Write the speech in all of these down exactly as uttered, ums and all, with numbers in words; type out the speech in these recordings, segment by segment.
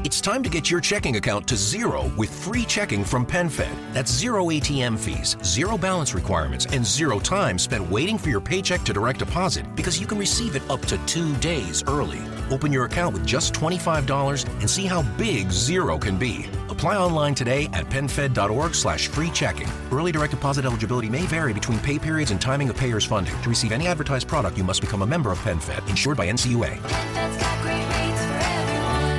It's time to get your checking account to zero with free checking from PenFed. That's zero A T M fees, zero balance requirements, and zero time spent waiting for your paycheck to direct deposit because you can receive it up to two days early. Open your account with just twenty-five dollars and see how big zero can be. Apply online today at PenFed.org slash free checking. Early direct deposit eligibility may vary between pay periods and timing of payer's funding. To receive any advertised product, you must become a member of PenFed, insured by N C U A. PenFed's got great rates for everyone.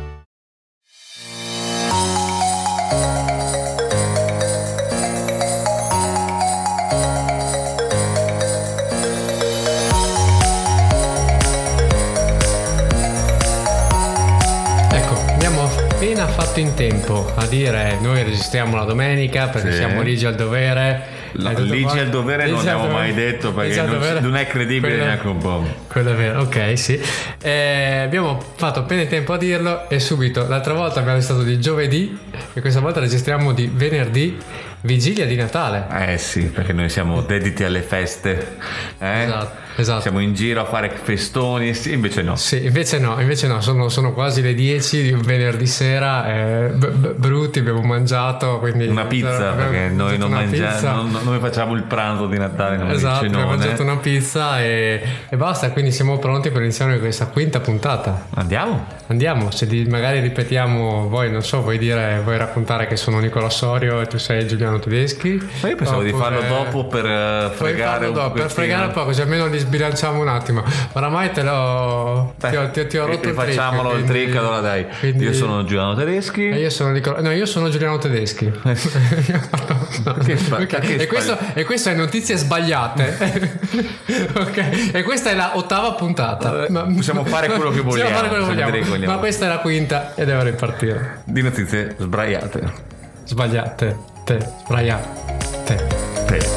Appena fatto in tempo a dire noi registriamo la domenica perché sì. siamo ligi al dovere. La, ligi al dovere non l'abbiamo mai detto perché non, non è credibile quello, neanche un po'. Quello è vero, ok, sì. Eh, abbiamo fatto appena in tempo a dirlo e subito. L'altra volta abbiamo registrato di giovedì e questa volta registriamo di venerdì, vigilia di Natale. Eh sì, perché noi siamo dediti alle feste. Eh? Esatto. Esatto. Siamo in giro a fare festoni, sì, invece no. Sì, invece no, invece no, sono, sono quasi le dieci di un venerdì sera, eh, b- b- brutti, abbiamo mangiato, quindi una pizza, perché noi non mangiamo, non, noi facciamo il pranzo di Natale, non esatto, il cenone. Abbiamo mangiato una pizza e, e basta, quindi siamo pronti per iniziare questa quinta puntata. Andiamo? Andiamo, se di, magari ripetiamo, voi non so, vuoi dire, vuoi raccontare che sono Nicola Sorio e tu sei Giuliano Tedeschi? Ma io pensavo dopo di farlo che... dopo per uh, fregare un dopo, per fregare un po', così almeno li sbilanciamo un attimo. Oramai te l'ho Beh, ti ho, ti, ti ho rotto il trick. Facciamolo il quindi, trick, allora dai. Quindi, io sono Giuliano Tedeschi. E io sono Nicola. No, io sono Giuliano Tedeschi. no, che spa- okay. che e, questo, e questo è notizie sbagliate. Ok. E questa è la ottava puntata. Ma, possiamo fare quello che vogliamo. Fare quello che vogliamo. vogliamo. Ma questa è la quinta e deve ripartire. Di notizie sbagliate. Sbagliate. Te. Sbagliate. Te. Te.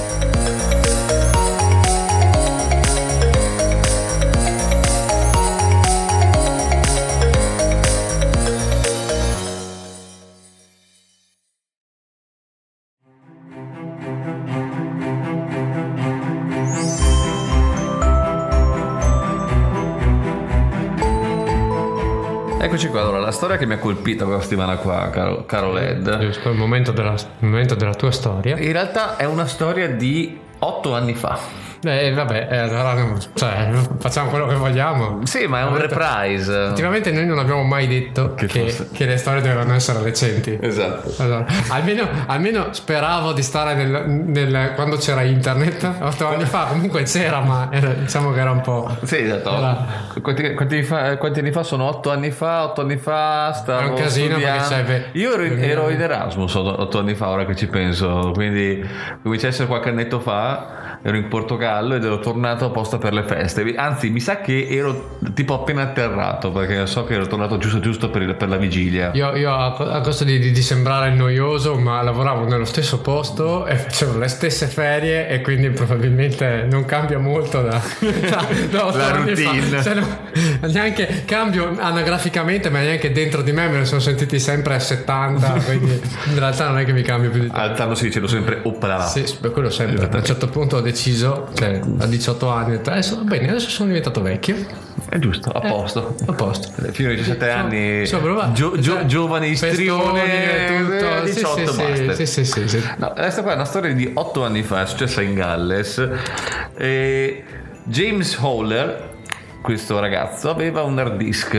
Eccoci qua, allora la storia che mi ha colpito questa settimana qua, caro, caro Led. Giusto, il momento della, il momento della tua storia. In realtà è una storia di otto anni fa. Eh, vabbè, eh, allora, cioè, facciamo quello che vogliamo. Sì, ma è un reprise. Effettivamente noi non abbiamo mai detto che, che, che le storie dovevano essere recenti. Esatto. Allora, almeno, almeno speravo di stare nel, nel quando c'era internet. Otto anni fa comunque c'era, ma era, diciamo che era un po'. Sì, esatto. Era... Quanti, quanti, anni fa, quanti anni fa sono? Otto anni fa, otto anni fa stavo È un casino studiando. perché c'è... Io ero in, ero in Erasmus otto anni fa, ora che ci penso. Quindi cominciai a essere qualche annetto fa. Ero in Portogallo ed ero tornato apposta per le feste. Anzi, mi sa che ero tipo appena atterrato, perché so che ero tornato giusto giusto per, il, per la vigilia. Io, io a, a costo di, di, di sembrare noioso, ma lavoravo nello stesso posto e facevo le stesse ferie e quindi probabilmente non cambia molto da, da, da la routine. Cioè, no, neanche cambio anagraficamente, ma neanche dentro di me me ne sono sentiti sempre a settanta, quindi in realtà non è che mi cambio più di tanto. Al tanto si dice sempre oppala. Sì, per quello sempre. A un certo punto ho deciso, cioè a diciotto anni, ho detto, adesso, bene, adesso sono diventato vecchio. È giusto, a posto. Eh, a posto. Fino ai diciassette anni, so, gio, gio, giovane istrione, tutto. diciotto sì, basta. Sì, sì, sì, sì. No, questa qua è una storia di otto anni fa, è successa in Galles. E James Howler, questo ragazzo, aveva un hard disk.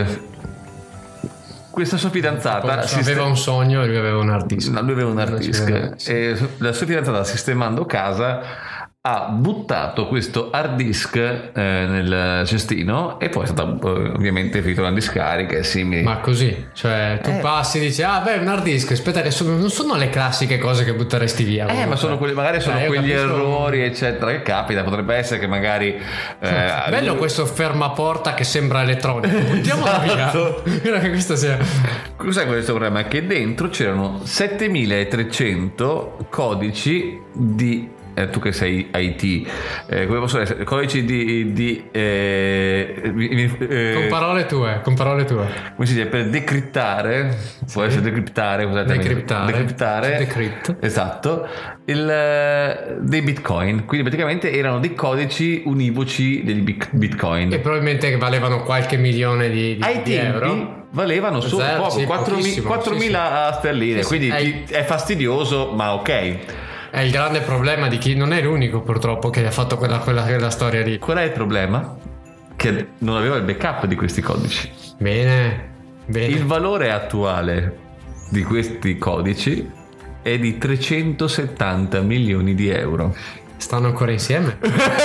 Questa sua fidanzata aveva stem- un sogno e lui aveva un hard disk. No, lui aveva un hard disk. E la sua fidanzata, sistemando casa, ha buttato questo hard disk eh, nel cestino e poi è stata ovviamente finita una discarica e simili. Ma così, cioè tu eh. passi e dici ah beh un hard disk, aspetta che sono, non sono le classiche cose che butteresti via. Eh ma sono quelli, magari sono eh, quegli capisco... errori eccetera che capita, potrebbe essere che magari eh, bello lui... questo fermaporta che sembra elettronico, buttiamolo esatto. via. Che questo sia... Cos'è questo problema? Che dentro c'erano settemilatrecento codici di eh, tu che sei I T, eh, come possono essere codici di, di eh, eh, Con parole tue, con parole tue. come si dice, per decriptare, può essere decriptare, scusate, Decriptare. decriptare, Decrypt. esatto, il, eh, dei bitcoin. Quindi praticamente erano dei codici univoci degli bit- bitcoin. E probabilmente valevano qualche milione di, di, Ai di tempi euro. valevano solo Zero, poco, sì, quattromila pochissimo, quattromila sterline, Sì, sì. quindi È- ti- è fastidioso, ma ok. È il grande problema di chi non è l'unico purtroppo che ha fatto quella, quella, quella storia lì. Qual è il problema? Che non aveva il backup di questi codici. Bene, bene. Il valore attuale di questi codici è di trecentosettanta milioni di euro. Stanno ancora insieme?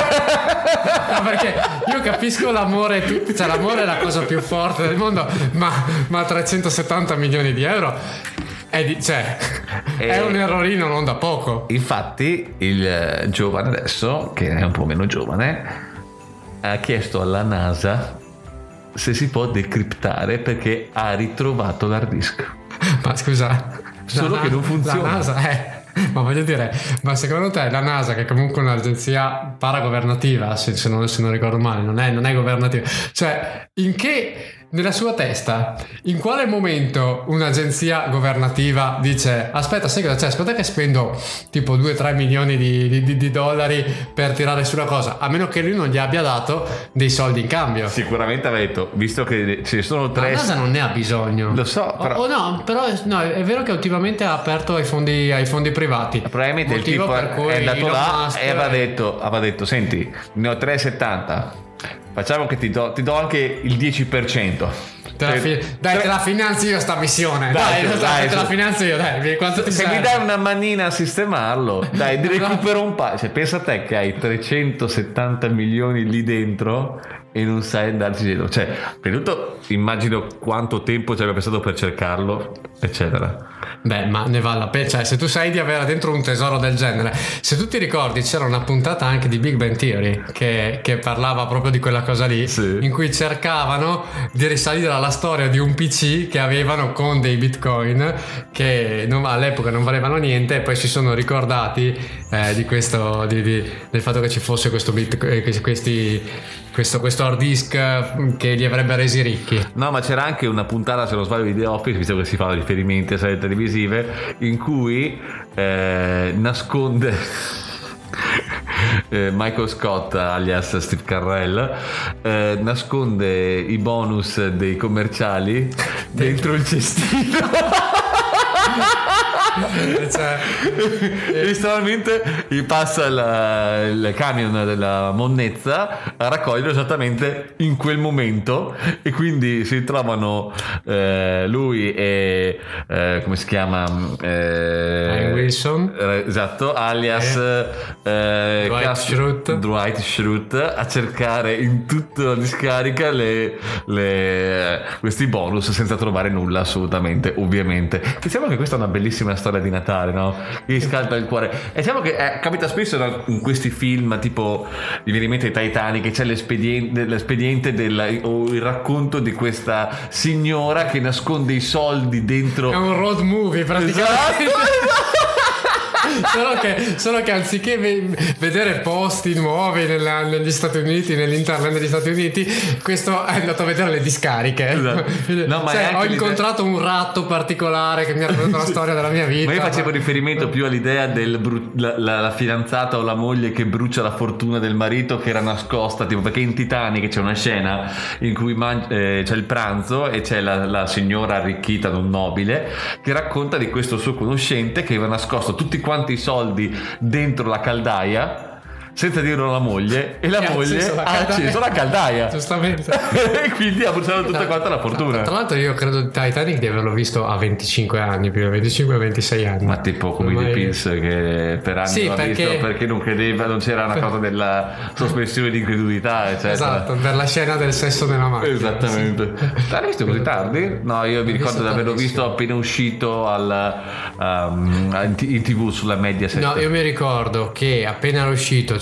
No, perché io capisco l'amore, tu- cioè l'amore è la cosa più forte del mondo, ma, ma trecentosettanta milioni di euro è, di- cioè, E- è un errorino non da poco. Infatti il eh, giovane adesso, che è un po' meno giovane, ha chiesto alla NASA se si può decriptare perché ha ritrovato l'hard disk. Ma scusa, Solo la che Na- non funziona. La NASA è. Ma voglio dire, ma secondo te la NASA, che è comunque un'agenzia paragovernativa, se, se, non, se non ricordo male, non è, non è governativa, cioè in che, nella sua testa, in quale momento un'agenzia governativa dice aspetta, sai cosa c'è? Aspetta che spendo tipo due tre milioni di, di, di- di dollari per tirare su una cosa, a meno che lui non gli abbia dato dei soldi in cambio. Sicuramente aveva detto, visto che ci sono La tre... NASA non ne ha bisogno. Lo so, però- O, o no, però no, è vero che ultimamente ha aperto ai fondi, ai fondi privati. Probabilmente il Motivo tipo per cui è andato Elon là Musk- e aveva detto, aveva detto senti, ne ho tre virgola settanta, facciamo che ti do, ti do anche il dieci per cento. Te la fi- dai, te la finanzio io sta missione. Dai, Dai, dai, dai, te la su. finanzio io. Dai, quanto ti Se mi serve? dai una manina a sistemarlo, dai, ti recupero un po'. Cioè, pensa a te che hai trecentosettanta milioni lì dentro e non sai andarci dietro. Cioè, prima di tutto immagino quanto tempo ci abbia pensato per cercarlo, eccetera. Beh, ma ne vale la pena. Cioè, se tu sai di avere dentro un tesoro del genere, se tu ti ricordi, c'era una puntata anche di Big Bang Theory che, che parlava proprio di quella cosa lì, Sì. in cui cercavano di risalire alla storia di un P C che avevano con dei bitcoin che non- all'epoca non valevano niente, e poi si sono ricordati eh, di questo, di- di- del fatto che ci fosse questo bitcoin, questi, questo, questo hard disk eh, che li avrebbe resi ricchi. No, ma c'era anche una puntata, se non sbaglio, di The Office, visto che si fa riferimenti a serie televisive, in cui eh, nasconde eh, Michael Scott, alias Steve Carell, eh, nasconde i bonus dei commerciali dentro il cestino. Cioè, E stranamente gli passa la- il camion della monnezza a raccoglierlo esattamente in quel momento, e quindi si trovano eh, lui e eh, come si chiama eh, Ryan Wilson. eh, esatto, alias eh, Dwight cazzo- Schrute. Dwight Schrute, a cercare in tutta la discarica le, le- questi bonus senza trovare nulla, assolutamente, ovviamente. Diciamo che questa è una bellissima storia di Natale, no? Che scalda il cuore. E diciamo che eh, capita spesso no, in questi film, tipo mi viene in mente Titanic, che c'è l'espediente, l'espediente della, o il racconto di questa signora che nasconde i soldi dentro. è un road movie praticamente. Esatto. Solo che, solo che anziché ve- vedere posti nuovi nella- negli Stati Uniti, nell'internet degli Stati Uniti, questo è andato a vedere le discariche. Esatto. No, ma è Cioè, anche ho l'idea- incontrato un ratto particolare che mi ha raccontato la storia della mia vita. Ma io facevo riferimento più all'idea del bru- la, la- la fidanzata o la moglie che brucia la fortuna del marito che era nascosta, tipo, perché in Titanic c'è una scena in cui man- eh, c'è il pranzo e c'è la, la signora arricchita, non nobile, che racconta di questo suo conoscente che aveva nascosto tutti quanti i soldi dentro la caldaia senza dirlo alla moglie, e la E ha moglie acceso la ha caldaia. acceso la caldaia Giustamente. e quindi ha bruciato tutta quanta la fortuna. Tra l'altro io credo Titanic di averlo visto a venticinque anni, più venticinque ventisei anni. Ma tipo come i The Ormai- Pills, che per anni Sì, non ha perché- visto perché non credeva, non c'era una cosa della sospensione di incredulità, eccetera. Esatto, per la scena del sesso nella macchina. Esattamente. L'hai visto così tardi? No, io mi ricordo visto di averlo tardissimo. visto appena uscito al, um, in t- in tv sulla Mediaset. No, io mi ricordo che appena era uscito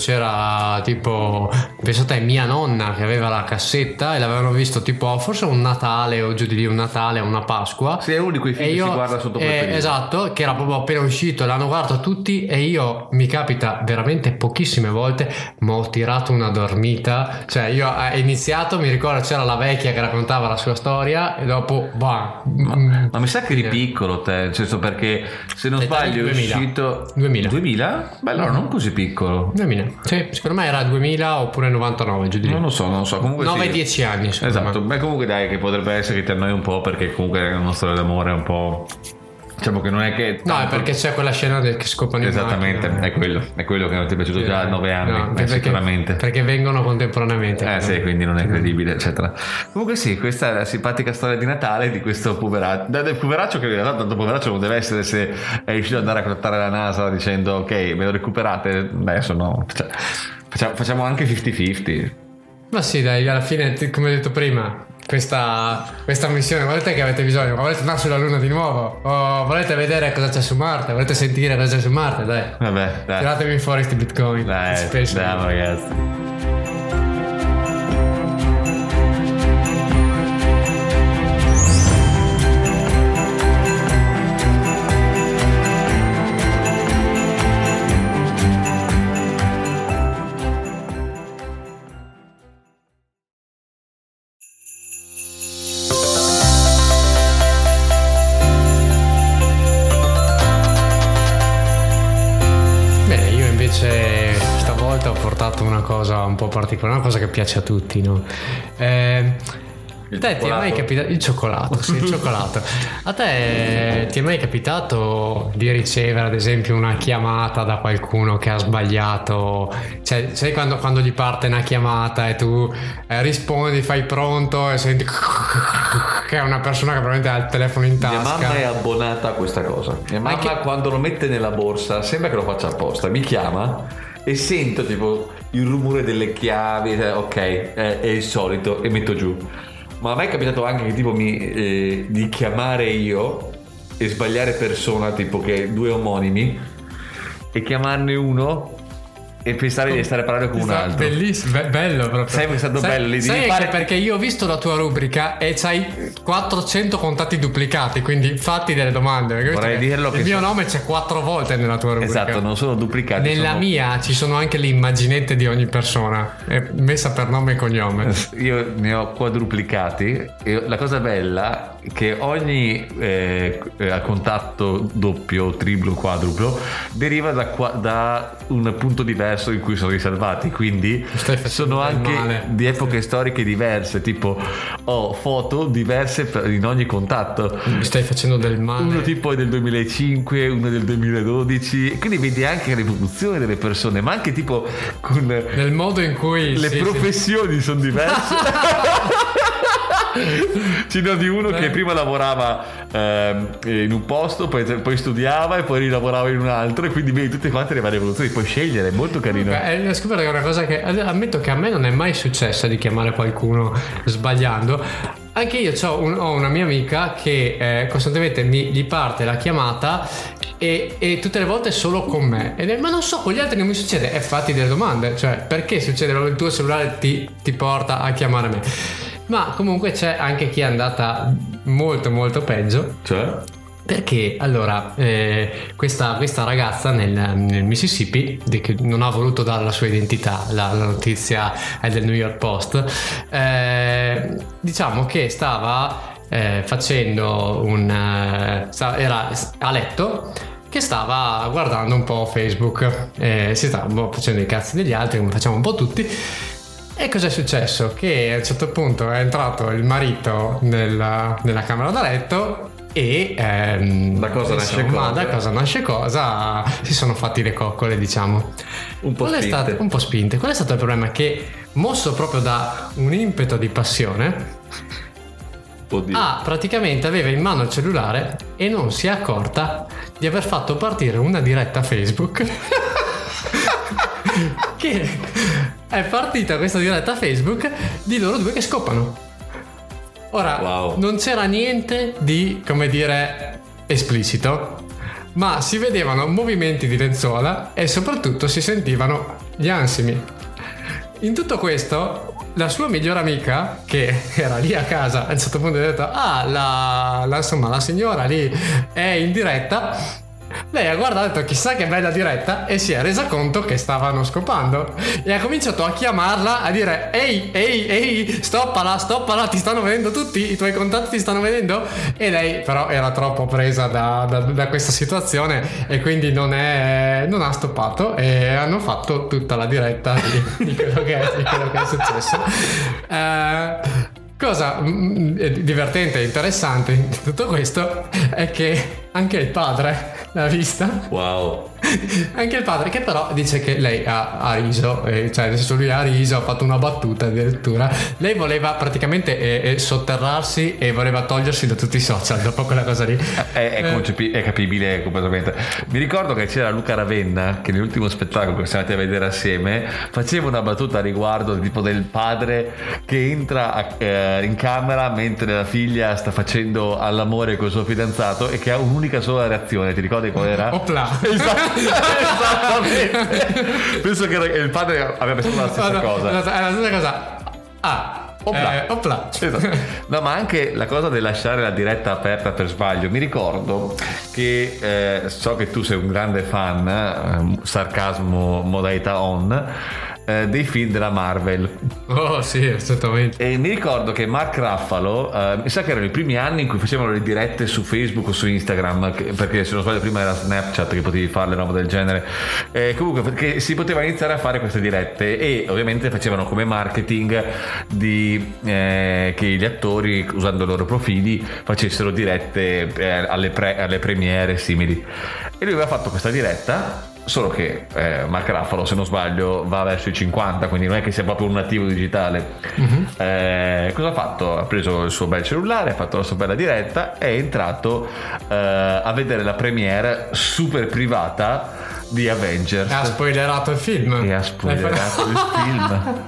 c'era tipo, pensate, mia nonna che aveva la cassetta e l'avevano visto tipo forse un Natale o giù di lì, un Natale o una Pasqua. Sì, è uno di quei film E che io- si guarda sotto quel eh, periodo. esatto, che era proprio appena uscito, l'hanno guardato tutti e io, mi capita veramente pochissime volte, ma ho tirato una dormita. Cioè io ho iniziato, mi ricordo c'era la vecchia che raccontava la sua storia e dopo bah, Ma, ma mi sa che eri piccolo te, nel senso, perché se non Titanic sbaglio è duemila. uscito duemila. duemila? Beh, allora non così piccolo. duemila. Sì, secondo me era duemila oppure novantanove, giù di lì. Non lo so, non lo so. Comunque nove sì. dieci anni, secondo Esatto, me. beh, comunque dai, che potrebbe essere che ti annoi un po', perché comunque è una storia d'amore un po'. Diciamo che non è che. No, è tanto- perché c'è quella scena del che scopano in Esattamente, macchina. è quello, è quello che non ti è piaciuto già a nove anni, No, eh, anche perché, sicuramente. perché vengono contemporaneamente. Eh sì, quindi non è credibile, eccetera. Comunque sì, questa è la simpatica storia di Natale di questo poveraccio. Da- Del poveraccio che in realtà tanto poveraccio non deve essere se è riuscito ad andare a contattare la NASA dicendo ok, me lo recuperate. Beh, adesso no. Cioè, facciamo, facciamo anche cinquanta cinquanta. Ma sì, dai, alla fine, ti- come ho detto prima, questa, questa missione, volete che avete bisogno? Volete andare sulla Luna di nuovo? O volete vedere cosa c'è su Marte? Volete sentire cosa c'è su Marte? Dai, Vabbè, dai. tiratemi fuori sti bitcoin. Dai, Space- andiamo ragazzi. Bene, io invece stavolta ho portato una cosa un po' particolare, una cosa che piace a tutti, no? Eh, Il te ti è mai cioccolato? capitato il cioccolato, sì, il cioccolato. A te ti è mai capitato di ricevere ad esempio una chiamata da qualcuno che ha sbagliato? Cioè, sai quando, quando gli parte una chiamata e tu eh, rispondi, fai pronto e senti che è una persona che probabilmente ha il telefono in tasca. Mia mamma è abbonata a questa cosa. Mia Ma mamma che- quando lo mette nella borsa sembra che lo faccia apposta. Mi chiama e sento tipo il rumore delle chiavi. eh, Ok, è, è il solito, e metto giù. Ma a me è capitato anche che tipo mi eh, di chiamare io e sbagliare persona, tipo che due omonimi, e chiamarne uno e pensare di stare parlando con un altro. Bellissimo, be- bello proprio. Sai che è stato Sai- bello lì, sai devi che fare- perché io ho visto la tua rubrica e c'hai quattrocento contatti duplicati, quindi fatti delle domande. perché ho visto Vorrei che dirlo il che mio so- nome c'è quattro volte nella tua rubrica. Esatto, non sono duplicati. Nella sono- mia ci sono anche le immaginette di ogni persona, è messa per nome e cognome. Io ne ho quadruplicati e la cosa bella è che ogni eh, eh, contatto doppio, triplo, quadruplo deriva da, qua- da un punto diverso in cui sono riservati, quindi Stai facendo sono del anche male. di epoche storiche diverse, tipo ho foto diverse per- in ogni contatto. Mi stai facendo del male. Uno tipo è del duemilacinque, uno è del duemiladodici, quindi vedi anche l'evoluzione delle persone, ma anche tipo con Nel modo in cui le sì, sì. professioni sono diverse. Ce n'ho di uno che prima lavorava ehm, in un posto, poi, poi studiava e poi rilavorava in un altro, e quindi vedi tutte quante le varie evoluzioni, puoi scegliere, è molto carino. Beh, ho scoperto che è una cosa che ammetto che a me non è mai successa di chiamare qualcuno sbagliando. Anche io c'ho un- ho una mia amica che eh, costantemente mi, gli parte la chiamata e, e tutte le volte solo con me. Ed è, ma non so, con gli altri non mi succede. E fatti delle domande, cioè perché succede? Il tuo cellulare ti, ti porta a chiamare me. Ma comunque c'è anche chi è andata molto molto peggio. Cioè? Perché allora eh, questa, questa ragazza nel, nel Mississippi, di che non ha voluto dare la sua identità, la, la notizia è del New York Post, eh, diciamo che stava eh, facendo un eh, sta- era a letto che stava guardando un po' Facebook, eh, si stava un po' facendo i cazzi degli altri come facciamo un po' tutti. E cos'è successo? Che a un certo punto è entrato il marito nella, nella camera da letto e ehm, Da cosa nasce insomma, cosa. da cosa nasce cosa si sono fatti le coccole, diciamo. Un po' Qual è spinte. stato, un po' spinte. Qual è stato il problema? Che mosso proprio da un impeto di passione, Oddio. ah, praticamente aveva in mano il cellulare e non si è accorta di aver fatto partire una diretta Facebook. Che è partita questa diretta Facebook di loro due che scopano. Ora, Wow. non c'era niente di, come dire, esplicito, ma si vedevano movimenti di lenzuola e soprattutto si sentivano gli ansimi. In tutto questo, la sua migliore amica, che era lì a casa, a un certo punto ha detto: ah, la, la, insomma, la signora lì è in diretta. Lei ha guardato e ha detto: chissà che bella diretta, e si è resa conto che stavano scopando e ha cominciato a chiamarla, a dire: ehi, ehi, ehi, stoppala, stoppala, ti stanno vedendo tutti, i tuoi contatti ti stanno vedendo. E lei però era troppo presa da, da, da questa situazione e quindi non, è, non ha stoppato, e hanno fatto tutta la diretta di, di, quello, che è, di quello che è successo. Eh, Cosa mm, divertente e interessante di tutto questo è che anche il padre l'ha vista. Wow. Anche il padre, che però dice che lei ha, ha riso, eh, cioè nel senso lui ha riso, ha fatto una battuta addirittura. Lei voleva praticamente eh, eh, sotterrarsi e voleva togliersi da tutti i social dopo quella cosa lì. È, è, concepi- è capibile completamente. Mi ricordo che c'era Luca Ravenna che nell'ultimo spettacolo che siamo andati a vedere assieme faceva una battuta a riguardo tipo del padre che entra a, eh, in camera mentre la figlia sta facendo all'amore col suo fidanzato e che ha un'unica sola reazione. Ti ricordi qual era? Opla. Esatto. Esattamente. Penso che il padre aveva pensato la stessa no, no, cosa. È la stessa cosa. Ah, Opla. eh, opla. Esatto. No, ma anche la cosa del lasciare la diretta aperta per sbaglio. Mi ricordo che eh, so che tu sei un grande fan, eh, sarcasmo modalità on, eh, dei film della Marvel. Oh sì, assolutamente. E mi ricordo che Mark Ruffalo, eh, mi sa che erano i primi anni in cui facevano le dirette su Facebook o su Instagram, che, perché se non sbaglio prima era Snapchat che potevi fare roba del genere, eh, comunque perché si poteva iniziare a fare queste dirette e ovviamente facevano come marketing di, eh, che gli attori usando i loro profili facessero dirette eh, alle, pre, alle premiere simili, e lui aveva fatto questa diretta. Solo che eh, Mark Ruffalo, se non sbaglio, va verso i cinquanta, quindi non è che sia proprio un nativo digitale. Mm-hmm. Eh, cosa ha fatto? Ha preso il suo bel cellulare, ha fatto la sua bella diretta, è entrato eh, a vedere la premiere super privata di Avengers. Ha spoilerato il film. E ha spoilerato il film.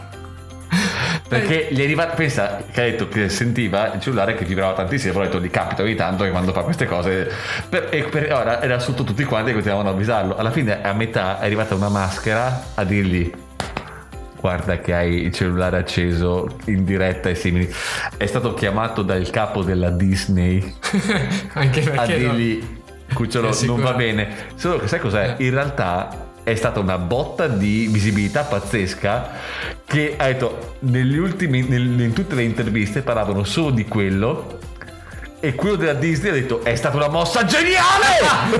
Perché gli è arrivato, pensa che ha detto che sentiva il cellulare che vibrava tantissimo, però ha detto: gli capita ogni tanto che quando fa queste cose per, e per ora era sotto tutti quanti che continuavano a avvisarlo. Alla fine a metà è arrivata una maschera a dirgli: guarda che hai il cellulare acceso in diretta e simili. È stato chiamato dal capo della Disney anche perché a dirgli: cucciolo, non va bene. Solo che sai cos'è? Eh. In realtà è stata una botta di visibilità pazzesca, che ha detto negli ultimi nel, in tutte le interviste parlavano solo di quello, e quello della Disney ha detto: è stata una mossa geniale.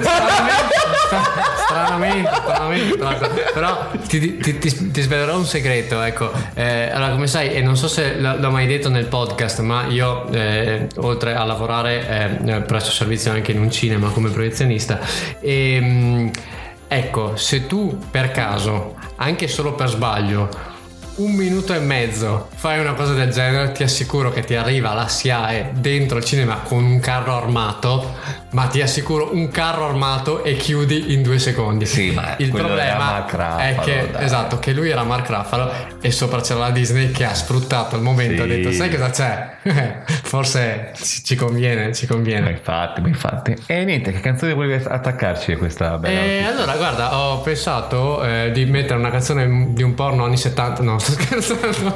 stranamente stranamente, stranamente però ti, ti, ti, ti svelerò un segreto, ecco. Eh, allora, come sai, e non so se l- l'ho mai detto nel podcast, ma io eh, oltre a lavorare eh, presto servizio anche in un cinema come proiezionista, e mh, ecco, se tu per caso, anche solo per sbaglio, un minuto e mezzo fai una cosa del genere, ti assicuro che ti arriva la S I A E dentro il cinema con un carro armato, ma ti assicuro un carro armato, e chiudi in due secondi. Sì, ma il quello era problema Mark Ruffalo, è che dai. esatto, che lui era Mark Ruffalo e sopra c'era la Disney che ha sfruttato il momento. Sì. Ha detto: sai cosa c'è? Forse ci, ci conviene, ci Ma conviene. infatti, ma infatti. E niente, che canzone volevi attaccarci a questa bella E notizia? allora, guarda, ho pensato eh, di mettere una canzone di un porno anni settanta. No, sto scherzando.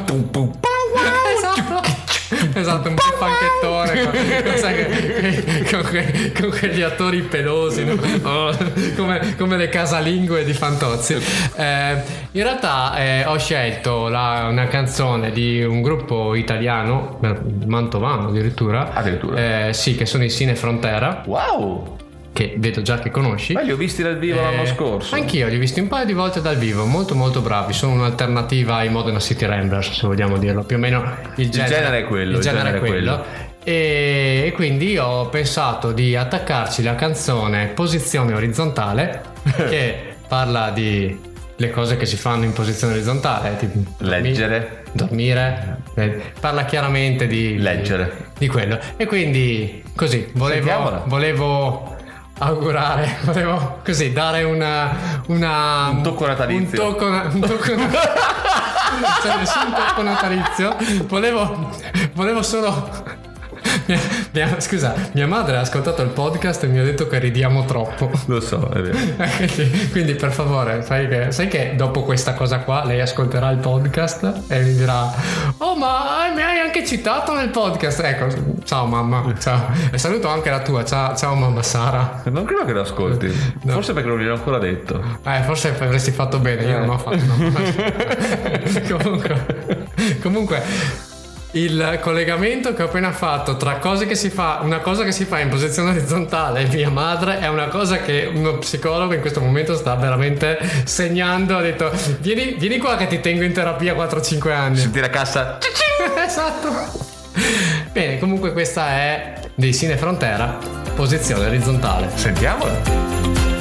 Esatto, esatto, un po' panchettone con, sai, che- con, que- con quegli attori pelosi, no? Oh, come, come le casalingue di Fantozzi. Eh, in realtà eh, ho scelto la- una canzone di un gruppo italiano, eh, mantovano addirittura. Addirittura. Eh, sì, che sono i Cine Frontera, Wow! che vedo già che conosci. Ma li ho visti dal vivo l'anno Eh, scorso. Anch'io li ho visti un paio di volte dal vivo, molto molto bravi. Sono un'alternativa ai Modena City Ramblers, se vogliamo dirlo. Più o meno il genere, genere è quello, il genere è quello. E, e quindi ho pensato di attaccarci la canzone Posizione Orizzontale, che parla di le cose che si fanno in posizione orizzontale, tipo Leggere. dormire, eh, parla chiaramente di Leggere. di, di quello. E quindi così volevo Sentiamola. volevo augurare, volevo così dare una, una Un tocco natalizio. un tocco, un tocco cioè nessun tocco natalizio, volevo volevo solo Mia- mia- scusa, mia madre ha ascoltato il podcast e mi ha detto che ridiamo troppo. Lo so, è vero. quindi, quindi, per favore, sai che, sai che dopo questa cosa qua lei ascolterà il podcast e mi dirà: oh, ma mi hai anche citato nel podcast. Ecco, ciao mamma, ciao. E saluto anche la tua, ciao, ciao mamma Sara. Non credo che lo ascolti. No. Forse perché non gliel'ho ancora detto. Eh, forse avresti fatto bene, io Eh. non ho fatto. No. comunque, comunque, il collegamento che ho appena fatto tra cose che si fa, una cosa che si fa in posizione orizzontale e mia madre, è una cosa che uno psicologo in questo momento sta veramente segnando. Ha detto: vieni, vieni qua che ti tengo in terapia quattro cinque anni. Senti la cassa. Esatto. Bene, comunque questa è dei Cine Frontera, posizione orizzontale. Sentiamola.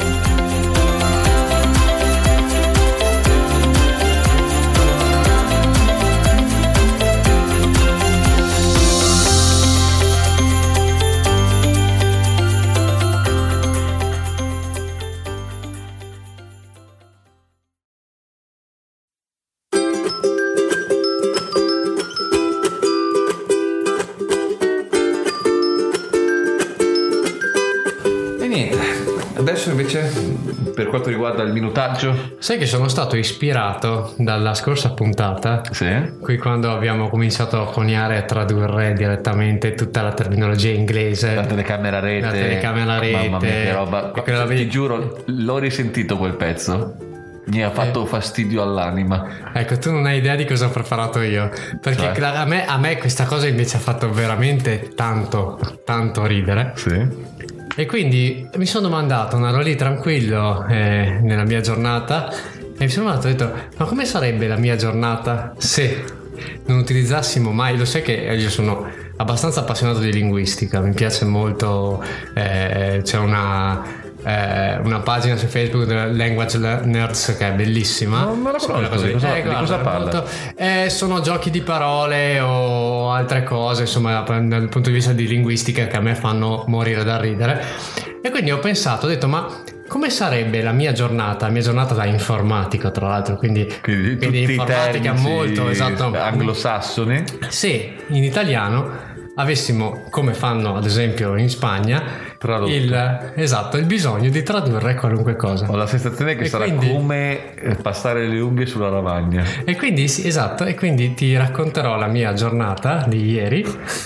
Adesso invece, per quanto riguarda il minutaggio, Sai che sono stato ispirato dalla scorsa puntata, sì, qui quando abbiamo cominciato a coniare e a tradurre direttamente tutta la terminologia inglese. la telecamera rete, La telecamera rete. mamma mia che roba. E quella Ti lì- giuro, l'ho risentito quel pezzo, mi ha fatto fastidio all'anima. Ecco, tu non hai idea di cosa ho preparato io, perché Cioè? a me, a me questa cosa invece ha fatto veramente tanto, tanto ridere. Sì. E quindi mi sono domandato, ero lì tranquillo eh, nella mia giornata e mi sono domandato, ho detto: ma come sarebbe la mia giornata se non utilizzassimo mai, lo sai che io sono abbastanza appassionato di linguistica, mi piace molto, eh, c'è una... eh, una pagina su Facebook della Language Nerds che è bellissima. Non me la conosco, Quella cosa di lì. cosa- Eh, di guarda, cosa è parla? molto- eh, sono giochi di parole o altre cose, insomma, dal punto di vista di linguistica, che a me fanno morire da ridere. E quindi ho pensato, ho detto: ma come sarebbe la mia giornata, la mia giornata da informatico, tra l'altro, quindi, Quindi, tutti i informatica termini molto, esatto, anglosassoni. se in italiano avessimo, come fanno ad esempio in Spagna, Tradotto. il, esatto, il bisogno di tradurre qualunque cosa. Ho la sensazione che E sarà quindi- come eh, passare le unghie sulla lavagna. E quindi sì, esatto, e quindi ti racconterò la mia giornata di ieri.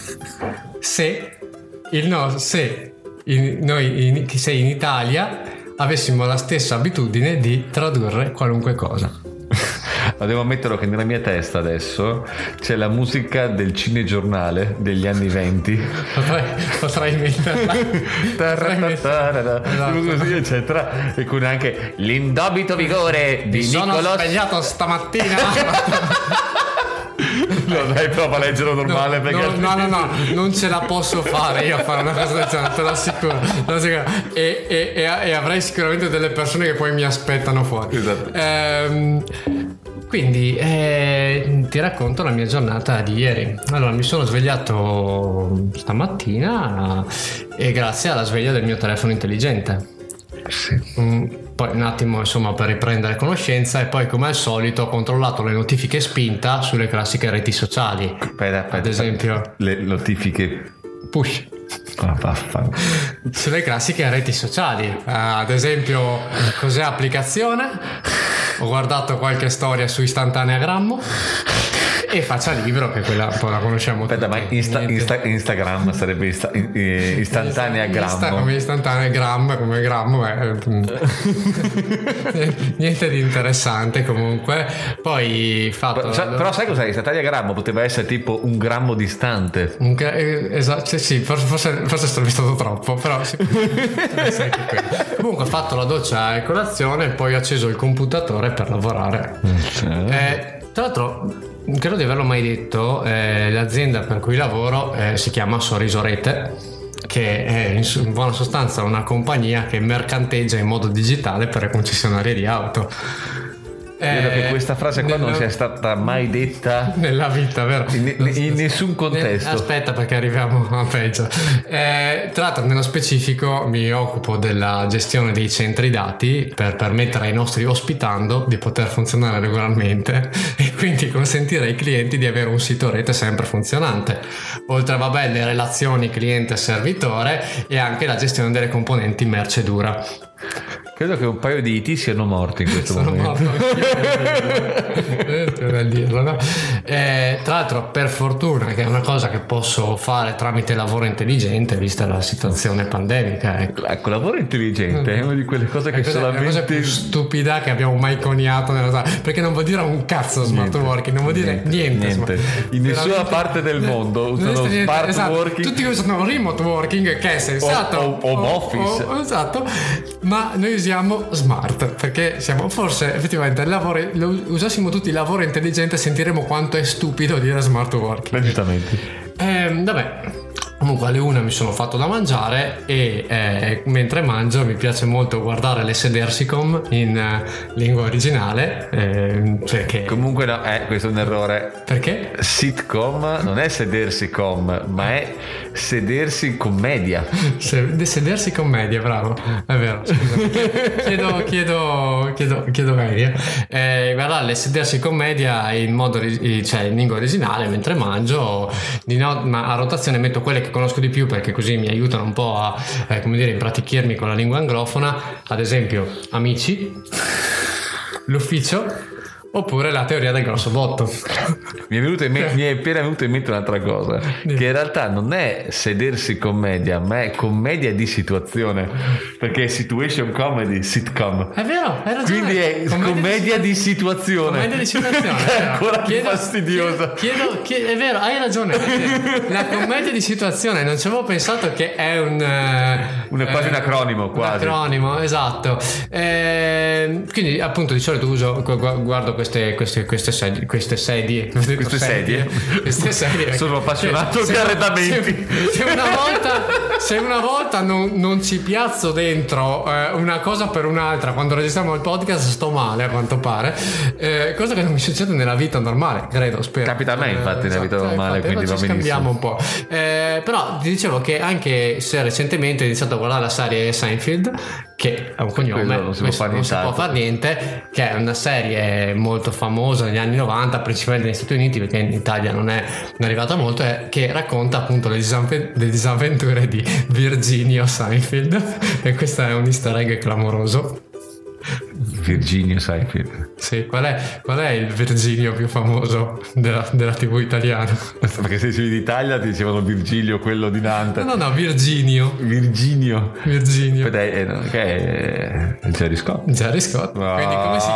Se il no, se in- noi in, se in Italia avessimo la stessa abitudine di tradurre qualunque cosa. Ma devo ammetterlo che nella mia testa adesso c'è la musica del cinegiornale degli anni venti. Potrei, potrei metterla. Potrei metterla. Esatto. Così, eccetera. E con anche l'indobito vigore di Mi sono Nicolas. svegliato stamattina. No, dai, prova a leggerlo normale No, perché no, no, no, no, non ce la posso fare io a fare una cosa del genere, te lo assicuro, te lo assicuro. E, e, e, e avrei sicuramente delle persone che poi mi aspettano fuori. Esatto. Ehm, quindi eh, ti racconto la mia giornata di ieri. Allora, mi sono svegliato stamattina e grazie alla sveglia del mio telefono intelligente. Mm, poi un attimo insomma per riprendere conoscenza e poi come al solito ho controllato le notifiche spinta sulle classiche reti sociali. Aspetta, aspetta, Ad esempio le notifiche. push Ah, vaffanculo. sulle classiche reti sociali. Eh, ad esempio cos'è applicazione, ho guardato qualche storia su Istantaneagrammo e Faccia Libro, che quella un po' la conosciamo Aspetta, ma tutti. Insta- Niente. Insta- Instagram sarebbe insta- eh, istantanea Insta- grammo. come istantaneagrammo, come grammo è, mm, niente di interessante comunque. Poi fatto Però, sa- però sai cos'è? Istantanea grammo poteva essere tipo un grammo distante. un gra- eh, esatto, sì, forse, forse, forse sto stato troppo, però sì, potrebbe essere anche quello. Comunque ho fatto la doccia e colazione e poi ho acceso il computatore per lavorare. Eh, tra l'altro, credo di averlo mai detto, eh, l'azienda per cui lavoro eh, si chiama Sorriso Rete, che è in, in buona sostanza una compagnia che mercanteggia in modo digitale per le concessionarie di auto. Credo Eh, che questa frase qua non nello- sia stata mai detta nella vita, vero? in, in nessun contesto. Eh, Aspetta, perché arriviamo a peggio. Eh, tra l'altro, nello specifico, mi occupo della gestione dei centri dati per permettere ai nostri ospitando di poter funzionare regolarmente e quindi consentire ai clienti di avere un sito rete sempre funzionante. Oltre, vabbè, le relazioni cliente-servitore e anche la gestione delle componenti merce dura. Credo che un paio di I T siano morti in questo Sono momento. morto anch'io. C'è da dirlo, no? Eh, tra l'altro, per fortuna, che è una cosa che posso fare tramite lavoro intelligente, vista la situazione pandemica. Ecco. Ecco, lavoro intelligente è una di quelle cose che È la cosa solamente più stupida che abbiamo mai coniato nella... perché non vuol dire un cazzo smart Niente. working, non vuol dire niente, Niente. smart- In nessuna veramente- parte del mondo Non usano esiste niente, smart esatto. working. Tutti usano remote working, che è sensato, O- o- home office. o- esatto, ma noi usiamo smart perché siamo forse effettivamente il lavoro, lo usassimo tutti il lavoro intelligente, sentiremo quanto è stupido dire smart working. Esattamente. Ehm, vabbè, comunque alle una mi sono fatto da mangiare e eh, mentre mangio mi piace molto guardare le sedersicom in eh, lingua originale, eh, perché... Comunque no, eh, questo è un errore. Perché? Sitcom non è sedersi com, ma è sedersi commedia. Se- sedersi commedia, bravo, è vero, scusa. chiedo, chiedo, chiedo, chiedo meglio. Eh, guarda, le sedersi commedia in modo, ri- cioè in lingua originale mentre mangio, di no- ma a rotazione metto quelle che conosco di più perché così mi aiutano un po' a, eh, come dire, impratichirmi con la lingua anglofona, ad esempio Amici, L'Ufficio, oppure La teoria del grosso botto. Mi è, venuto in me- mi è appena venuto in mente un'altra cosa, che in realtà non è sedersi commedia, ma è commedia di situazione, perché è situation comedy, sitcom. È vero, hai ragione. Quindi è commedia, di situazione. Commedia di situazione, Che è vero. ancora più Chiedo- fastidiosa. Chiedo, chiedo- è vero, hai ragione. La commedia di situazione, non ci avevo pensato che è un. eh, Un- quasi un acronimo, un quasi. acronimo, esatto. Eh, quindi, appunto, di solito uso, gu- gu- guardo queste, queste, queste sedie. Queste sedie. Queste sedie? Queste sedie. Sono appassionato Se- di se- arredamenti. Se, se una volta, se una volta non, non ci piazzo dentro eh, una cosa per un'altra quando registriamo il podcast, sto male a quanto pare. Eh, cosa che non mi succede nella vita normale, credo, spero. Capita a me, infatti, nella vita normale, infatti, quindi poi va ci scambiamo un po'. Eh, però ti dicevo che anche se recentemente ho iniziato a guardare la serie Seinfeld, che è un cognome, Quello non si può questo fare non si può nient'altro. fare niente, che è una serie molto famosa negli anni novanta, principalmente negli Stati Uniti, perché in Italia non è, non è arrivata molto, è, che racconta appunto le, disavve- le disavventure di Virginio Seinfeld, e questo è un easter egg clamoroso. Virginio Seinfeld. Sì, qual è, qual è il Virginio più famoso della, della tivù italiana? Perché se sei d'Italia ti dicevano Virgilio, quello di Nantes. No, no, Virginio. Virginio. Virginio. Ed è, è- che è è Gerry Scott. Jerry Scott. Quindi come si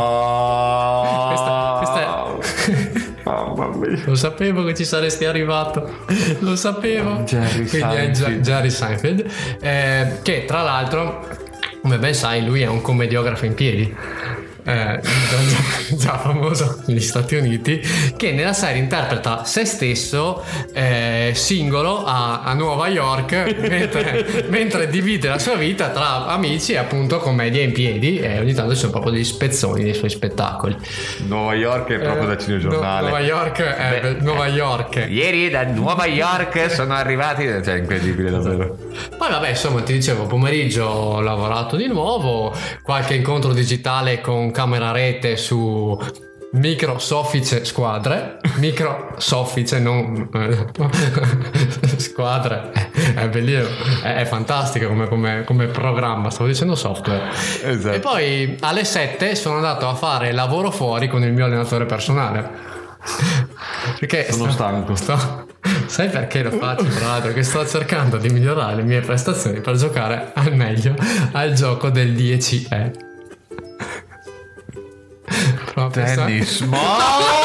chiama? Questa, questa è... Mamma mia. Lo sapevo che ci saresti arrivato. Lo sapevo. Jerry Quindi è Gia- Seinfeld. Jerry Seinfeld. eh, che tra l'altro, come ben sai, lui è un commediografo in piedi. Eh, già, già famoso negli Stati Uniti, che nella serie interpreta se stesso eh, singolo a, a Nuova York mentre, mentre divide la sua vita tra amici e appunto commedia in piedi, e ogni tanto ci sono proprio degli spezzoni dei suoi spettacoli. Nuova York è proprio Eh, da cinegiornale. No- Nuova York è Beh, Nuova York. Ieri da Nuova York sono arrivati, cioè incredibile davvero. Poi vabbè, insomma, ti dicevo, pomeriggio ho lavorato di nuovo, qualche incontro digitale con camera rete su micro soffice squadre, micro soffice, non squadre, è bellissimo, è, è fantastico come, come, come programma, stavo dicendo software. Esatto. E poi alle sette sono andato a fare lavoro fuori con il mio allenatore personale. Perché Sono sto- stanco. sto- sai perché lo faccio? Tra l'altro, che sto cercando di migliorare le mie prestazioni per giocare al meglio al gioco del dieci E. Proprio sta- Tennis. Mamma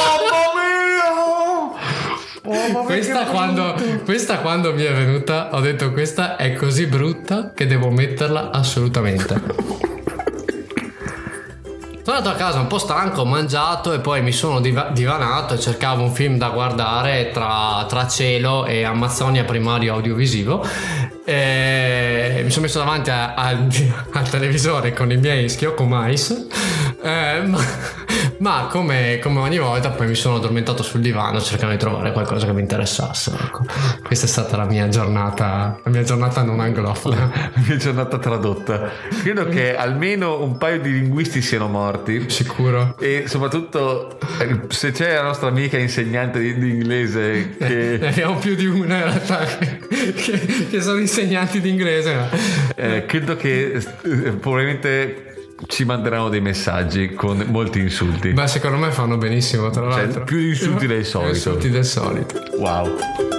mia! Questa quando, questa quando mi è venuta, ho detto questa è così brutta che devo metterla assolutamente. Sono andato a casa un po' stanco, ho mangiato e poi mi sono diva- divanato e cercavo un film da guardare tra, tra cielo e Amazzonia primario audiovisivo. E mi sono messo davanti a- a- al televisore con i miei schiocco mais. Eh, ma Ma come, come ogni volta poi mi sono addormentato sul divano cercando di trovare qualcosa che mi interessasse, ecco. Questa è stata la mia giornata, la mia giornata non anglofona. La mia giornata tradotta. Credo che almeno un paio di linguisti siano morti. Sicuro. E soprattutto eh, se c'è la nostra amica insegnante di, di inglese che... Ne abbiamo più di una in realtà che, che, che sono insegnanti di inglese. Ma... Eh, credo che eh, probabilmente ci manderanno dei messaggi con molti insulti. Beh, secondo me fanno benissimo, tra Cioè, l'altro. più insulti del Più solito. insulti del solito. Wow.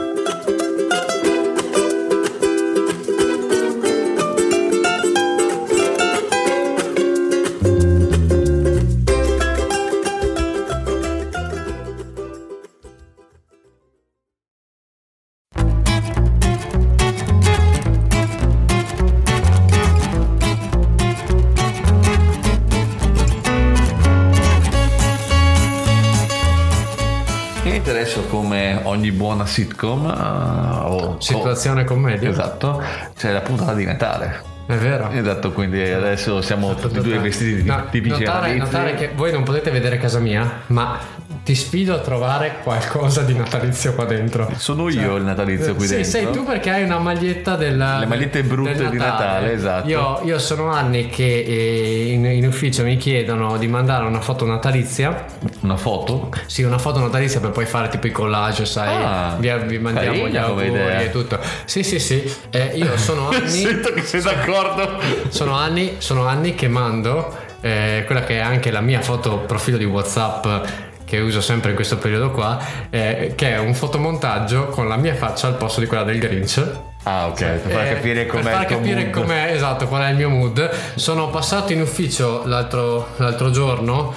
Adesso, come ogni buona sitcom uh, o Situazione commedia. esatto, c'è la puntata di Natale. È vero. Esatto, quindi adesso siamo tutti e due vestiti No, tipici notare, natalizi. notare che voi non potete vedere casa mia, ma ti sfido a trovare qualcosa di natalizio qua dentro. Sono io il natalizio qui sì, dentro. sei tu perché hai una maglietta della Le magliette brutte del di Natale, esatto. Io, io sono anni che eh, in, in ufficio mi chiedono di mandare una foto natalizia. Una foto? Sì, una foto natalizia per poi fare tipo i collage, sai, Ah, vi, vi mandiamo carina gli come auguri idea. e tutto. Sì, sì, sì. Eh, io sono anni Sento che sei d'accordo. sono anni, sono anni che mando eh, quella che è anche la mia foto profilo di WhatsApp che uso sempre in questo periodo qua, eh, che è un fotomontaggio con la mia faccia al posto di quella del Grinch. Ah, ok, per far Eh, capire com'è per far il tuo capire mood. com'è, esatto, qual è il mio mood. Sono passato in ufficio l'altro, l'altro giorno,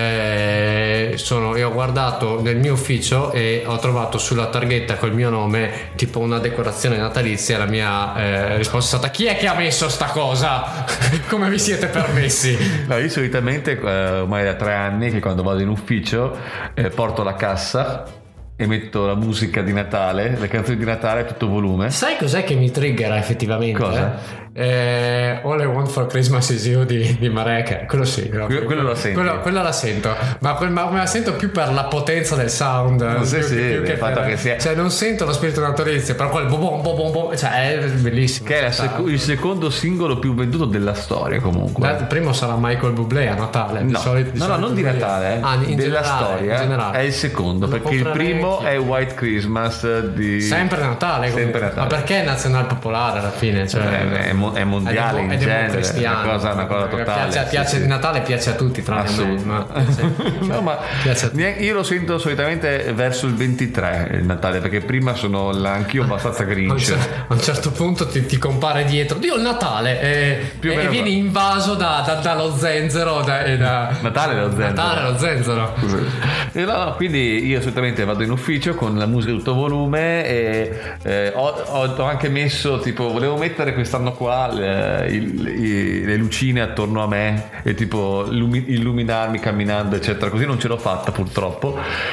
eh, sono, io ho guardato nel mio ufficio e ho trovato sulla targhetta col mio nome tipo una decorazione natalizia. La mia eh, risposta è stata: chi è che ha messo sta cosa? Come vi siete permessi? No, io solitamente eh, ormai da tre anni che quando vado in ufficio eh, porto la cassa e metto la musica di Natale, le canzoni di Natale a tutto volume. Sai cos'è che mi triggera effettivamente? Cosa? Eh, All I Want for Christmas is You di, di Marek. Quello sì, no? Que- quello la senti? Quello, quello la sento, ma, quel- ma me la sento più per la potenza del sound. Non so più, se più il fatto per- che sia- Cioè, non sento lo spirito natalizio, però quel bom bom bom bom, cioè è bellissimo. Che è la sec- il secondo singolo più venduto della storia comunque. Beh, il primo sarà Michael Bublé a Natale. di No, solito- di no, no, solito non di lui- Natale, eh. Ah, in della generale, storia in generale. è il secondo, Non perché il comprare primo chi- è White Christmas di... Sempre Natale, comunque. Sempre Natale. Ma perché è nazionale popolare alla fine? Cioè, È- è mo- è mondiale ed in ed genere, democristiano. è una cosa- una cosa Perché totale, Piace, sì, piace- sì. Natale piace a tutti, tranne a me. Assolutamente. Ma, sì. No, ma Piace a tutti. neanche- io lo sento solitamente verso il ventitré il Natale, perché prima sono la- anch'io abbastanza A un, grinch. cer- a un certo punto ti, ti compare dietro Dio il Natale e, Più o e- meno e vieni quello. invaso da, da- dallo zenzero da, e da, Natale lo zenzero. Natale lo zenzero. E no, no, quindi io solitamente vado in ufficio con la musica a tutto volume e eh, ho, ho- ho anche messo tipo, volevo mettere quest'anno qua le, il- i- le lucine attorno a me e tipo lumi- illuminarmi camminando eccetera, così non ce l'ho fatta purtroppo.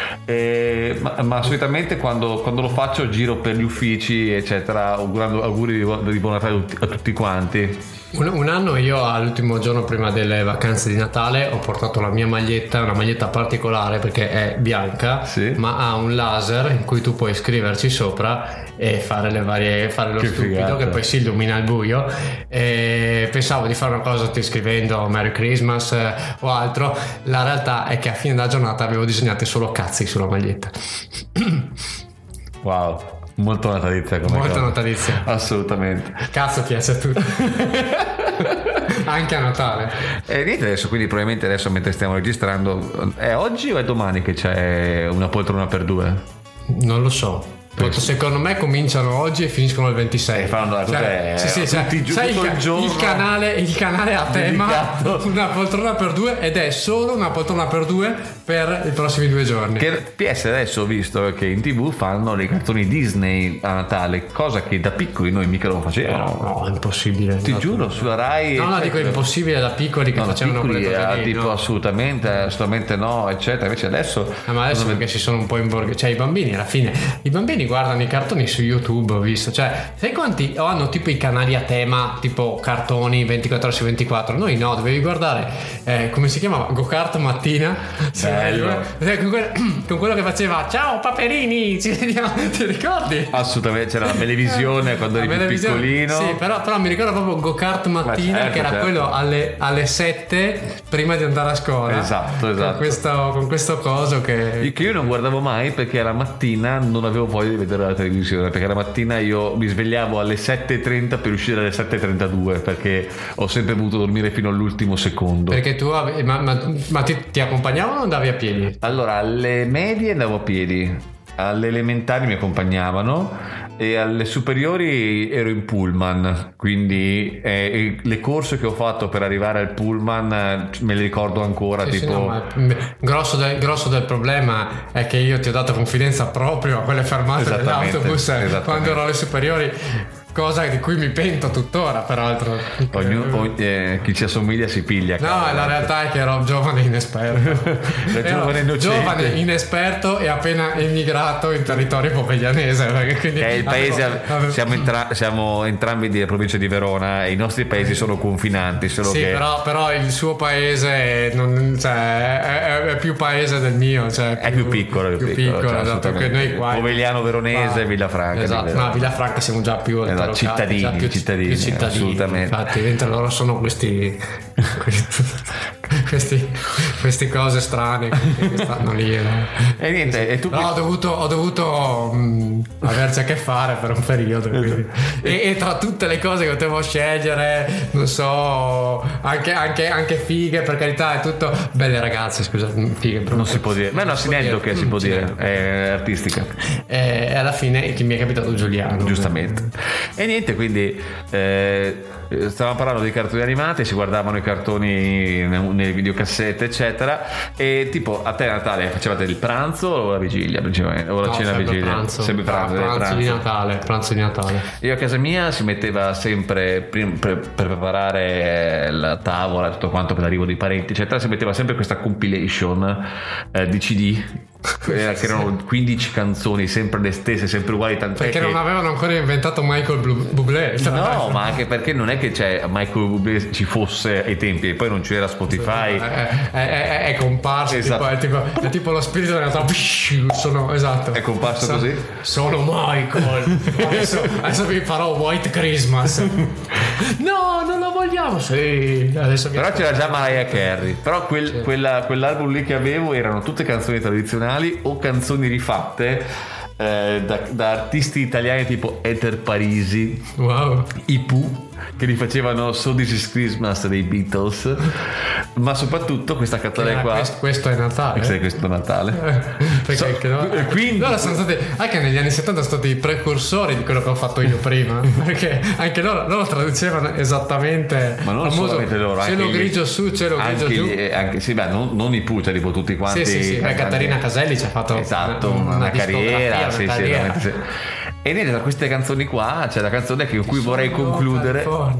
Eh, ma, ma solitamente quando, quando lo faccio giro per gli uffici eccetera, augurando auguri di, bu- di buon Natale a tutti, a tutti quanti. Un, un anno io all'ultimo giorno prima delle vacanze di Natale ho portato la mia maglietta, una maglietta particolare perché è bianca, Sì. ma ha un laser in cui tu puoi scriverci sopra e fare le varie fare lo Che stupido figata. che poi si illumina al buio. E pensavo di fare una cosa ti scrivendo Merry Christmas eh, o altro. La realtà è che a fine della giornata avevo disegnato solo cazzi sulla maglietta. Wow, molto natalizia come Molto cosa. natalizia. Assolutamente. Cazzo piace a tutti. Anche a Natale. E niente, adesso quindi probabilmente adesso mentre stiamo registrando è oggi o è domani che c'è una poltrona per due? Non lo so. Secondo me cominciano oggi e finiscono il ventisei. E fanno la- cos'è? Cioè, sì, sì, cioè, Tutti i gio- sai tutto il, il giorno il canale, il canale a tema dedicato. una poltrona per due ed è solo una poltrona per due per i prossimi due giorni. Che P S adesso ho visto che in tv fanno le cartoni Disney a Natale, cosa che da piccoli noi mica lo facevamo. No, è impossibile. Ti giuro, sulla Rai. No, no, dico eccetera. impossibile da piccoli che No, da facevano piccoli quelle cose era lì, tipo no? assolutamente, assolutamente no, eccetera. Invece adesso. Eh, ma adesso non- perché si sono un po' imborghesi, cioè i bambini alla fine, i bambini bambini guardano i cartoni su YouTube, ho visto, cioè sai quanti o hanno tipo i canali a tema tipo cartoni ventiquattro ore su ventiquattro, noi no, dovevi guardare eh, come si chiamava, Go-Kart mattina. Bello. Sì, con, quello, con quello che faceva ciao paperini, ci vediamo, ti ricordi? Assolutamente, c'era la televisione quando eri La più televisione, piccolino. sì, però, però mi ricordo proprio Go-Kart mattina, certo, che era certo. quello alle, alle sette prima di andare a scuola. Esatto, esatto. Con questo, con questo coso che... Che io non guardavo mai perché la mattina non avevo voglia di vedere la televisione, perché la mattina io mi svegliavo alle sette e trenta per uscire alle sette e trentadue, perché ho sempre voluto dormire fino all'ultimo secondo. Perché tu ave- ma, ma, ma ti, ti accompagnavano o andavi a piedi? Allora, alle medie andavo a piedi, alle elementari mi accompagnavano e alle superiori ero in pullman, quindi eh, le corse che ho fatto per arrivare al pullman eh, me le ricordo ancora. Sì, tipo sì, no, ma, mm, grosso, del, grosso del problema è che io ti ho dato confidenza proprio a quelle fermate Esattamente, dell'autobus esattamente. quando ero alle superiori, cosa di cui mi pento tuttora peraltro. ognuno, ogni- eh, chi ci assomiglia si piglia. No, cavolo. la realtà è che ero giovane inesperto. Da Ero giovane innocente. giovane inesperto e appena emigrato in territorio poveglianese, perché quindi Che è il paese, avevo- avevo- siamo, entra- siamo entrambi di provincia di Verona e i nostri paesi sono confinanti, solo Sì, che però, però il suo paese non, cioè, è, è- è più paese del mio, cioè, è più piccolo, è più, piccolo, cioè, esatto, perché assolutamente. noi qua Povegliano Veronese, qua- Villafranca. esatto, di Verona. no, Villafranca siamo già più Esatto, allocati, cittadini, già più, cittadini, più cittadini, assolutamente. infatti, mentre loro sono questi questi, questi queste cose strane che, che stanno lì, no? E niente, e tu No, ho dovuto, ho dovuto mh, averci a che fare per un periodo, quindi. e, e tra tutte le cose che potevo scegliere, non so, anche, anche, anche fighe, per carità, è tutto belle ragazze, scusa, fighe, non si può dire, ma è un accidente che si può dire, è artistica. E alla fine che mi è capitato Giuliano, Giustamente. E niente, quindi eh, stavamo parlando di cartoni animati, si guardavano i cartoni nelle videocassette, eccetera. E tipo, a te a Natale facevate il pranzo o la vigilia principalmente? O la No, cena sempre vigilia? pranzo, Sempre pranzo, Ah, eh, pranzo pranzo. di Natale, pranzo di Natale. Io a casa mia si metteva sempre prim- per, per preparare la tavola, tutto quanto per l'arrivo dei parenti, eccetera. Si metteva sempre questa compilation eh, di C D. eh, che erano quindici canzoni sempre le stesse, sempre uguali, tant'è Perché che... non avevano ancora inventato Michael Blu- Bublé. No, ma anche perché non è che c'è Michael Bublé ci fosse ai tempi, e poi non c'era Spotify. È, è, è, è comparso, Esatto. tipo, è, tipo, è tipo lo spirito della Natale. Sono, esatto. È comparso So- così? Sono Michael. Adesso, adesso vi farò White Christmas. No, non lo vogliamo. Sì, adesso vi Però c'era già Mariah Carey. Però quel- quella- quell'album lì che avevo erano tutte canzoni tradizionali o canzoni rifatte eh, da, da artisti italiani tipo Ether Parisi, Wow. i Pooh, che rifacevano So This Is Christmas dei Beatles, ma soprattutto questa canzone Eh, qua. questo, questo è Natale. Questo è questo Natale. Perché So- anche loro, eh, quindi- loro sono stati anche negli anni settanta sono stati i precursori di quello che ho fatto io prima, perché anche loro, loro traducevano esattamente Ma non famoso solamente loro, cielo anche gli- grigio su, cielo grigio anche, giù. gli- anche sì, beh, non, non i Pooh, cioè tipo tutti quanti. Sì, sì, sì. Beh, cantanti- Caterina Caselli ci ha fatto esatto, una, una, una carriera, discografia, sì, una sì, carriera. veramente sì. E niente, da queste canzoni qua c'è la canzone che- con cui vorrei concludere.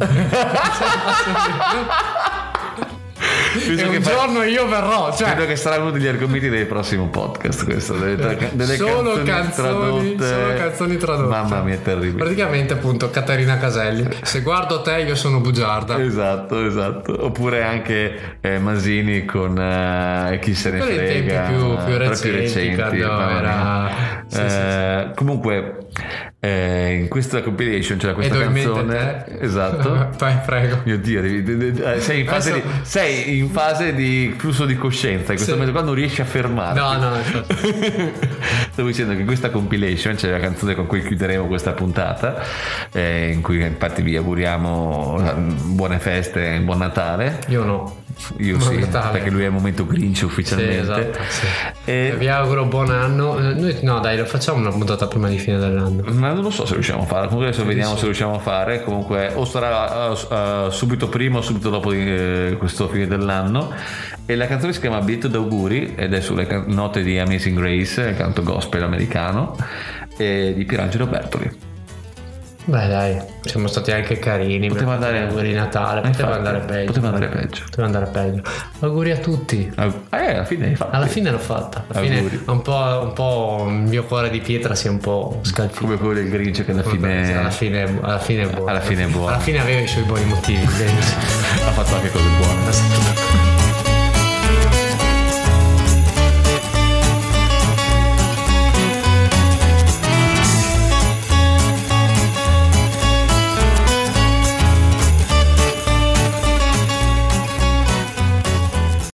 E Penso un che fa- giorno io verrò, cioè credo che sarà uno degli argomenti del prossimo podcast questo, delle, tra- delle solo canzoni, canzoni, tradotte. solo canzoni tradotte. Mamma mia, è terribile. Praticamente appunto Caterina Caselli. Se guardo te io sono bugiarda. Esatto, esatto. Oppure anche eh, Masini con eh, Chi se ne Quelli in frega. tempi più- più però recenti, quando mamma era- mia. Sì, Eh, comunque eh, in questa compilation c'era E questa do in mente canzone. te. Esatto. Vai, prego. Mio Dio, devi- de- de- eh, sei, in fase Adesso- di, sei in fase di flusso di coscienza. In questo Sì. momento qua non riesci a fermarti. No, no, infatti. Stavo dicendo che in questa compilation c'è la canzone con cui chiuderemo questa puntata, eh, in cui infatti vi auguriamo eh, buone feste e buon Natale. Io no. Io Buon sì, Natale. perché lui è il momento Grinch Sì, ufficialmente. esatto, sì. E- Vi auguro buon anno. Eh, Noi, no, dai, lo facciamo una puntata prima di fine dell'anno. Ma non lo so se riusciamo a fare. Comunque adesso vediamo sì. se riusciamo a fare. Comunque o sarà uh, uh, subito prima o subito dopo di, eh, questo fine dell'anno. E la canzone si chiama Beat d'auguri ed è sulle can- note di Amazing Grace, il canto gospel americano, e di Pierangelo Bertoli. Beh dai, siamo stati anche carini. Poteva per andare- auguri di Natale, Eh, poteva infatti, andare peggio. poteva andare peggio. Poteva andare peggio. Auguri a tutti. Eh, alla fine hai fatto. Alla fine l'ho fatta. Alla fine Auguri. un po', un po' il mio cuore di pietra si è un po' scalfito. Come quello del Grinch che alla fine alla fine, alla fine è buono. Alla fine è buono. Alla fine aveva i suoi buoni motivi. ha fatto anche cose buone. Esatto.